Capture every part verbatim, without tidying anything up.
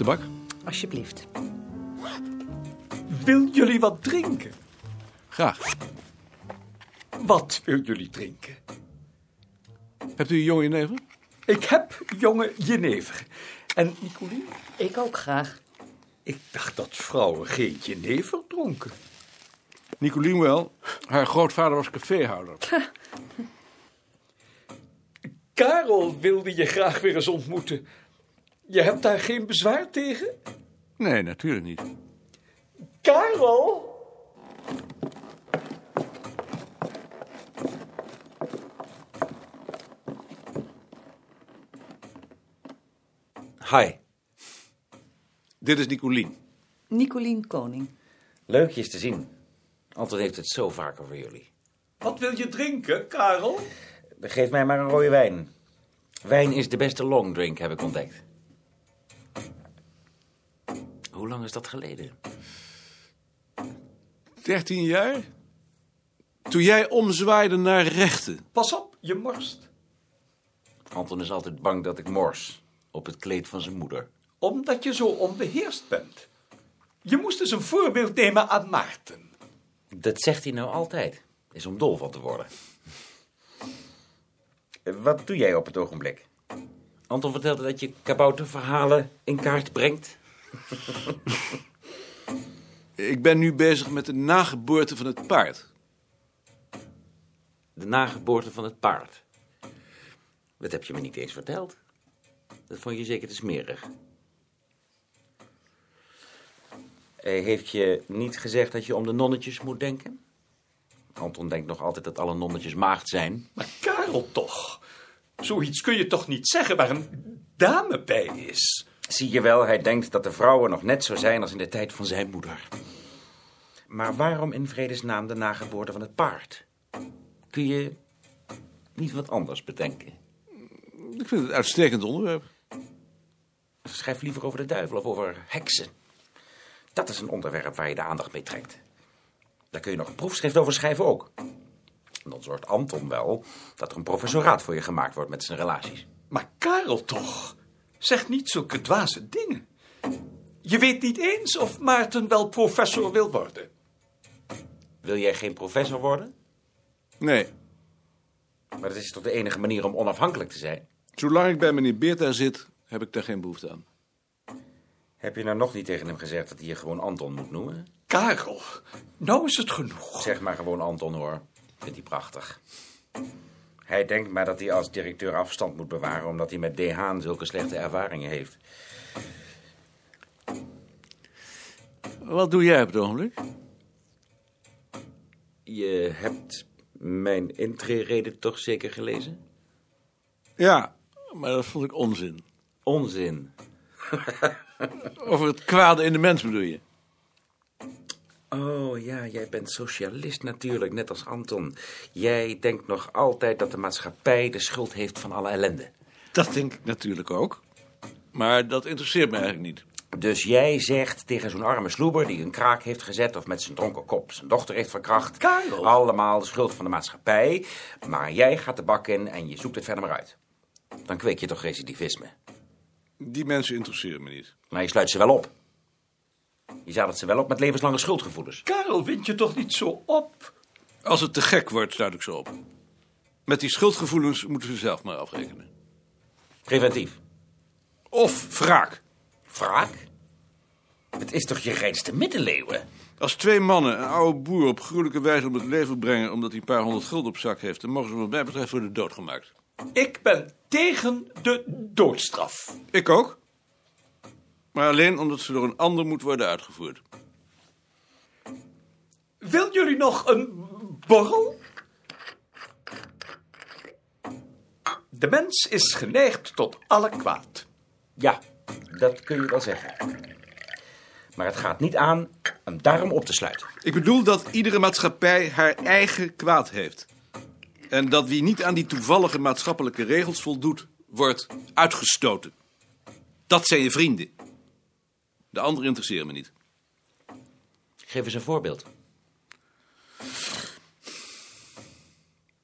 Tabak? Alsjeblieft. Wil jullie wat drinken? Graag. Wat wil jullie drinken? Hebt u een jonge jenever? Ik heb jonge jenever. En Nicolien? Ik ook graag. Ik dacht dat vrouwen geen jenever dronken. Nicolien wel. Haar grootvader was caféhouder. Karel wilde je graag weer eens ontmoeten. Je hebt daar geen bezwaar tegen? Nee, natuurlijk niet. Karel? Hi, Dit is Nicolien. Nicolien Koning. leuk je eens te zien. Anton heeft het zo vaak over jullie. Wat wil je drinken, Karel? Geef mij maar een rode wijn. Wijn is de beste longdrink, heb ik ontdekt. Hoe lang is dat geleden? Dertien jaar? Toen jij omzwaaide naar rechten. Pas op, je morst. Anton is altijd bang dat ik mors. Op het kleed van zijn moeder. Omdat je zo onbeheerst bent. Je moest eens een voorbeeld nemen aan Maarten. Dat zegt hij nou altijd. Is om dol van te worden. Wat doe jij op het ogenblik? Anton vertelde dat je kabouterverhalen in kaart brengt. Ik ben nu bezig met de nageboorte van het paard. De nageboorte van het paard. Dat heb je me niet eens verteld. Dat vond je zeker te smerig. Hij heeft je niet gezegd dat je om de nonnetjes moet denken? Anton denkt nog altijd dat alle nonnetjes maagd zijn. Maar Karel toch. Zoiets kun je toch niet zeggen waar een dame bij is? Zie je wel, hij denkt dat de vrouwen nog net zo zijn als in de tijd van zijn moeder. Maar waarom in vredesnaam de nageboorte van het paard? Kun je niet wat anders bedenken? Ik vind het een uitstekend onderwerp. Schrijf liever over de duivel of over heksen. Dat is een onderwerp waar je de aandacht mee trekt. Daar kun je nog een proefschrift over schrijven ook. En dan zorgt Anton wel dat er een professoraat voor je gemaakt wordt met zijn relaties. Maar Karel toch. Zeg niet zulke dwaze dingen. Je weet niet eens of Maarten wel professor wil worden. Wil jij geen professor worden? Nee. Maar dat is toch de enige manier om onafhankelijk te zijn? Zolang ik bij meneer Beerta zit, heb ik daar geen behoefte aan. Heb je nou nog niet tegen hem gezegd dat hij je gewoon Anton moet noemen? Karel, nou is het genoeg. Zeg maar gewoon Anton, hoor. Vindt hij prachtig. Hij denkt maar dat hij als directeur afstand moet bewaren, omdat hij met D. Haan zulke slechte ervaringen heeft. Wat doe jij op het ogenblik? Je hebt mijn intrerede toch zeker gelezen? Ja, maar dat vond ik onzin. Onzin. Over het kwade in de mens bedoel je? Oh ja, jij bent socialist natuurlijk, net als Anton. Jij denkt nog altijd dat de maatschappij de schuld heeft van alle ellende. Dat denk ik natuurlijk ook. Maar dat interesseert me eigenlijk niet. Dus jij zegt tegen zo'n arme sloeber die een kraak heeft gezet of met zijn dronken kop zijn dochter heeft verkracht. Karel. Allemaal de schuld van de maatschappij. Maar jij gaat de bak in en je zoekt het verder maar uit. Dan kweek je toch recidivisme. Die mensen interesseren me niet. Maar je sluit ze wel op. Je zadelt ze wel op met levenslange schuldgevoelens. Karel, wind je toch niet zo op? Als het te gek wordt, sluit ik ze op. Met die schuldgevoelens moeten ze zelf maar afrekenen. Preventief. Of wraak. Wraak? Het is toch je reinste middeleeuwen? Als twee mannen een oude boer op gruwelijke wijze om het leven brengen omdat hij een paar honderd gulden op zak heeft, dan mogen ze wat mij betreft worden doodgemaakt. Ik ben tegen de doodstraf. Ik ook. Maar alleen omdat ze door een ander moet worden uitgevoerd. Wil jullie nog een borrel? De mens is geneigd tot alle kwaad. Ja, dat kun je wel zeggen. Maar het gaat niet aan hem daarom op te sluiten. Ik bedoel dat iedere maatschappij haar eigen kwaad heeft. En dat wie niet aan die toevallige maatschappelijke regels voldoet, wordt uitgestoten. Dat zijn je vrienden. De anderen interesseren me niet. Geef eens een voorbeeld.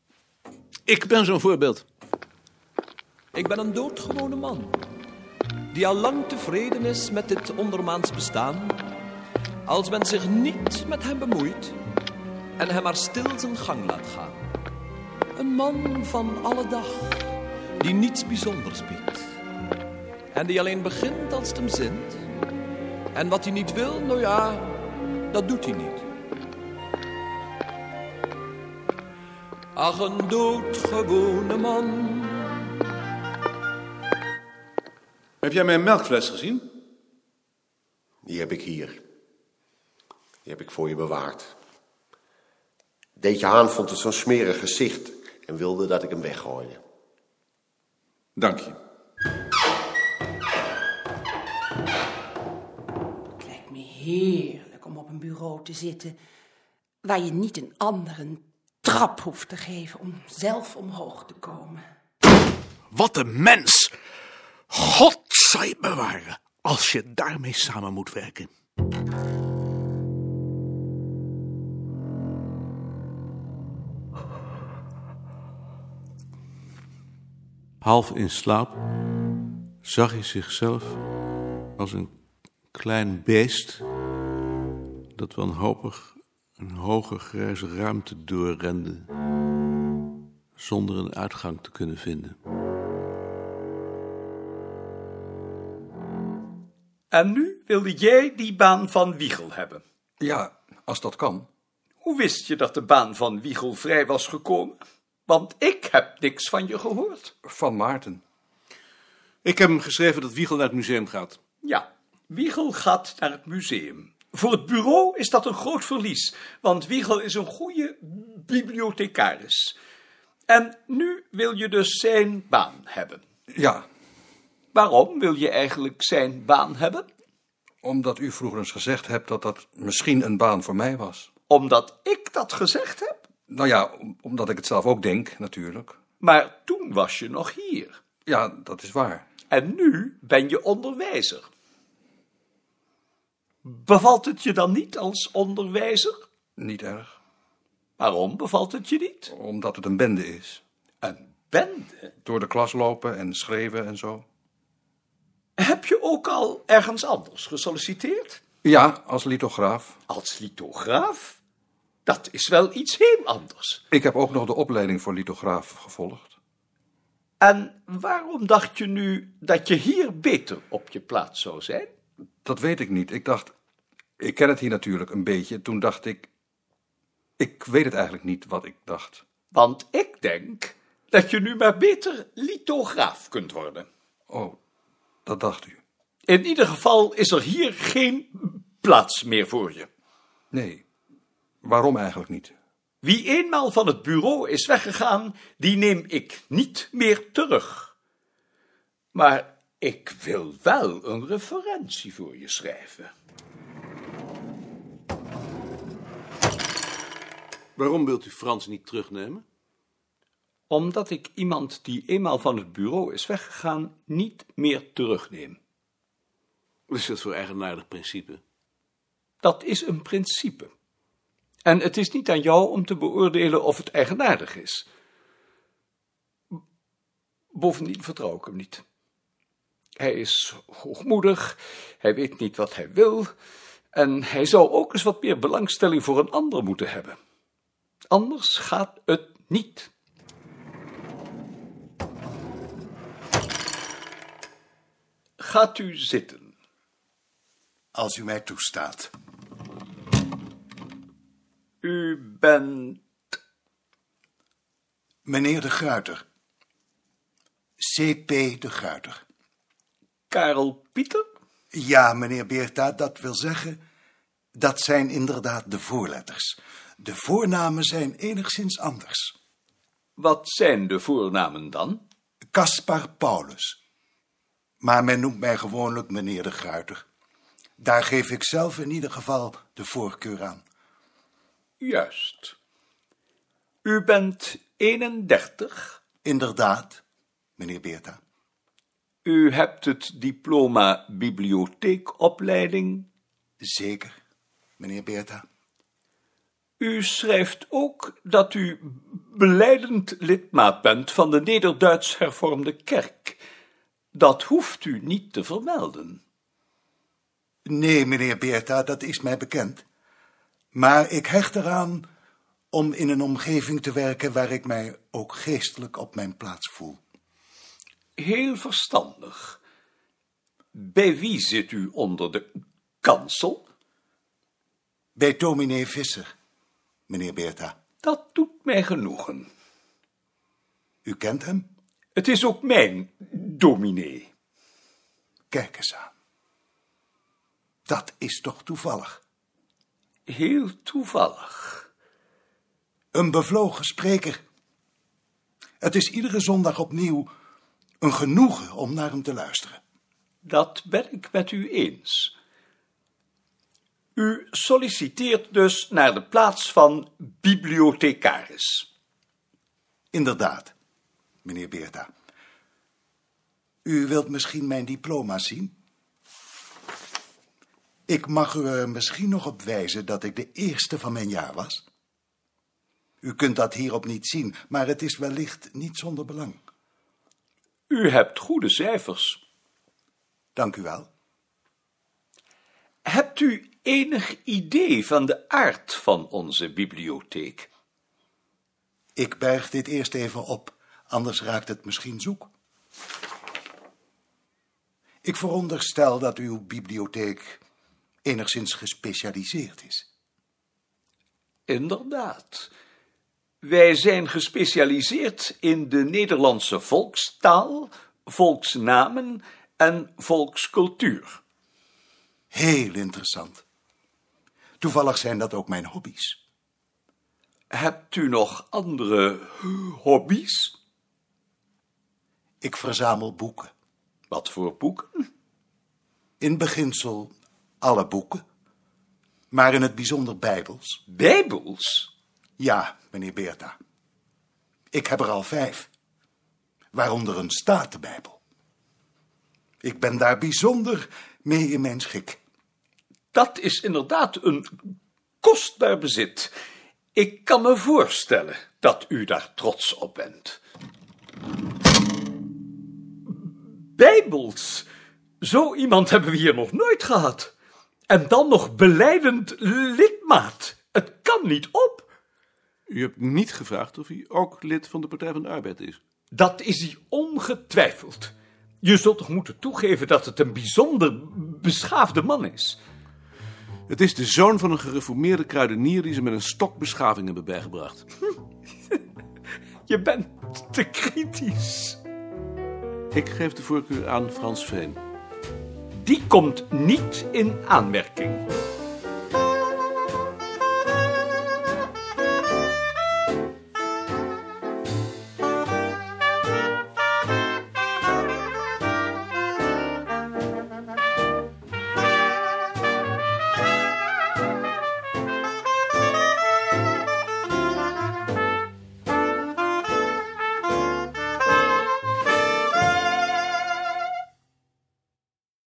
Ik ben zo'n voorbeeld. Ik ben een doodgewone man. die al lang tevreden is met dit ondermaans bestaan, als men zich niet met hem bemoeit en hem maar stil zijn gang laat gaan. Een man van alle dag, die niets bijzonders biedt en die alleen begint als het hem zint. En wat hij niet wil, nou ja, dat doet hij niet. Ach, een doodgewone man. Heb jij mijn melkfles gezien? Die heb ik hier. Die heb ik voor je bewaard. Deetje Haan vond het zo'n smerig gezicht en wilde dat ik hem weggooide. Dank je. Het lijkt me heerlijk om op een bureau te zitten waar je niet een ander een trap hoeft te geven om zelf omhoog te komen. Wat een mens! God zal je bewaren als je daarmee samen moet werken. Half in slaap zag hij zichzelf als een klein beest dat wanhopig een hoge grijze ruimte doorrende zonder een uitgang te kunnen vinden. En nu wilde jij die baan van Wiegel hebben. Ja, als dat kan. Hoe wist je dat de baan van Wiegel vrij was gekomen? Want ik heb niks van je gehoord. Van Maarten. Ik heb hem geschreven dat Wiegel naar het museum gaat. Ja, Wiegel gaat naar het museum. Voor het bureau is dat een groot verlies, want Wiegel is een goede bibliothecaris. En nu wil je dus zijn baan hebben. Ja. Waarom wil je eigenlijk zijn baan hebben? Omdat u vroeger eens gezegd hebt dat dat misschien een baan voor mij was. Omdat ik dat gezegd heb? Nou ja, omdat ik het zelf ook denk, natuurlijk. Maar toen was je nog hier. Ja, dat is waar. En nu ben je onderwijzer. Bevalt het je dan niet als onderwijzer? Niet erg. Waarom bevalt het je niet? Omdat het een bende is. Een bende? Door de klas lopen en schreeuwen en zo. Heb je ook al ergens anders gesolliciteerd? Ja, als lithograaf. Als lithograaf? Dat is wel iets heel anders. Ik heb ook nog de opleiding voor lithograaf gevolgd. En waarom dacht je nu dat je hier beter op je plaats zou zijn? Dat weet ik niet. Ik dacht, ik ken het hier natuurlijk een beetje. Toen dacht ik, ik weet het eigenlijk niet wat ik dacht. Want ik denk dat je nu maar beter lithograaf kunt worden. Oh, dat dacht u. In ieder geval is er hier geen plaats meer voor je. Nee, waarom eigenlijk niet? Wie eenmaal van het bureau is weggegaan, die neem ik niet meer terug. Maar ik wil wel een referentie voor je schrijven. Waarom wilt u Frans niet terugnemen? Omdat ik iemand die eenmaal van het bureau is weggegaan, niet meer terugneem. Wat is dat voor eigenaardig principe? Dat is een principe. En het is niet aan jou om te beoordelen of het eigenaardig is. Bovendien vertrouw ik hem niet. Hij is hoogmoedig, hij weet niet wat hij wil, en hij zou ook eens wat meer belangstelling voor een ander moeten hebben. Anders gaat het niet. Gaat u zitten. Als u mij toestaat. U bent... Meneer de Gruyter. C P de Gruyter. Karel Pieter? Ja, meneer Beerta, dat wil zeggen... dat zijn inderdaad de voorletters. De voornamen zijn enigszins anders. Wat zijn de voornamen dan? Caspar Paulus. Maar men noemt mij gewoonlijk meneer de Gruyter. Daar geef ik zelf in ieder geval de voorkeur aan. Juist. U bent eenendertig? Inderdaad, meneer Beerta. U hebt het diploma bibliotheekopleiding? Zeker, meneer Beerta. U schrijft ook dat u belijdend lidmaat bent van de Neder-Duits Hervormde Kerk. Dat hoeft u niet te vermelden. Nee, meneer Beerta, dat is mij bekend. Maar ik hecht eraan om in een omgeving te werken waar ik mij ook geestelijk op mijn plaats voel. Heel verstandig. Bij wie zit u onder de kansel? Bij dominee Visser, meneer Beerta. Dat doet mij genoegen. U kent hem? Het is ook mijn dominee. Kijk eens aan. Dat is toch toevallig? Heel toevallig. Een bevlogen spreker. Het is iedere zondag opnieuw een genoegen om naar hem te luisteren. Dat ben ik met u eens. U solliciteert dus naar de plaats van bibliothecaris. Inderdaad, meneer Beerta. U wilt misschien mijn diploma zien? Ik mag u er misschien nog op wijzen dat ik de eerste van mijn jaar was. U kunt dat hierop niet zien, maar het is wellicht niet zonder belang. U hebt goede cijfers. Dank u wel. Hebt u enig idee van de aard van onze bibliotheek? Ik berg dit eerst even op, anders raakt het misschien zoek. Ik veronderstel dat uw bibliotheek enigszins gespecialiseerd is. Inderdaad. Wij zijn gespecialiseerd in de Nederlandse volkstaal, volksnamen en volkscultuur. Heel interessant. Toevallig zijn dat ook mijn hobby's. Hebt u nog andere hobby's? Ik verzamel boeken. Wat voor boeken? In beginsel alle boeken, maar in het bijzonder Bijbels. Bijbels? Ja, meneer Beerta. Ik heb er al vijf, waaronder een Statenbijbel. Ik ben daar bijzonder mee in mijn schik. Dat is inderdaad een kostbaar bezit. Ik kan me voorstellen dat u daar trots op bent. Bijbels! Zo iemand hebben we hier nog nooit gehad. En dan nog belijdend lidmaat. Het kan niet op. U hebt niet gevraagd of hij ook lid van de Partij van de Arbeid is. Dat is hij ongetwijfeld. Je zult toch moeten toegeven dat het een bijzonder beschaafde man is. Het is de zoon van een gereformeerde kruidenier die ze met een stok beschaving hebben bijgebracht. Je bent te kritisch. Ik geef de voorkeur aan Frans Veen. Die komt niet in aanmerking.